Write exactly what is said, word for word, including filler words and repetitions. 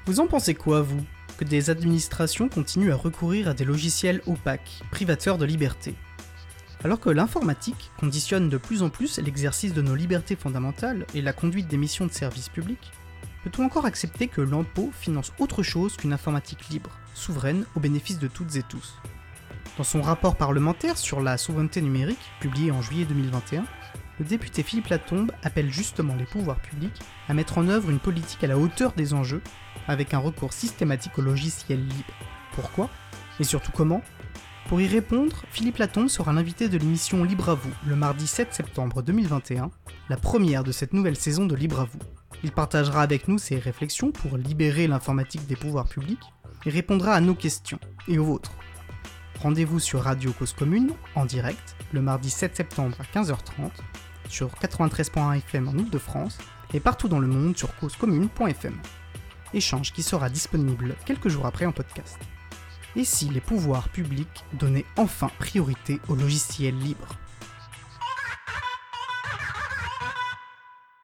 Vous en pensez quoi, vous, que des administrations continuent à recourir à des logiciels opaques, privateurs de liberté? Alors que l'informatique conditionne de plus en plus l'exercice de nos libertés fondamentales et la conduite des missions de service public, peut-on encore accepter que l'impôt finance autre chose qu'une informatique libre, souveraine, au bénéfice de toutes et tous? Dans son rapport parlementaire sur la souveraineté numérique, publié en juillet deux mille vingt et un, le député Philippe Latombe appelle justement les pouvoirs publics à mettre en œuvre une politique à la hauteur des enjeux, avec un recours systématique aux logiciels libres. Pourquoi? Et surtout comment? Pour y répondre, Philippe Latombe sera l'invité de l'émission Libre à vous, le mardi sept septembre deux mille vingt et un, la première de cette nouvelle saison de Libre à vous. Il partagera avec nous ses réflexions pour libérer l'informatique des pouvoirs publics et répondra à nos questions, et aux vôtres. Rendez-vous sur Radio Cause Commune, en direct, le mardi sept septembre à quinze heures trente, sur quatre-vingt-treize point un F M en Ile-de-France, et partout dans le monde sur cause commune point F M. Échange qui sera disponible quelques jours après en podcast. Et si les pouvoirs publics donnaient enfin priorité aux logiciels libres ?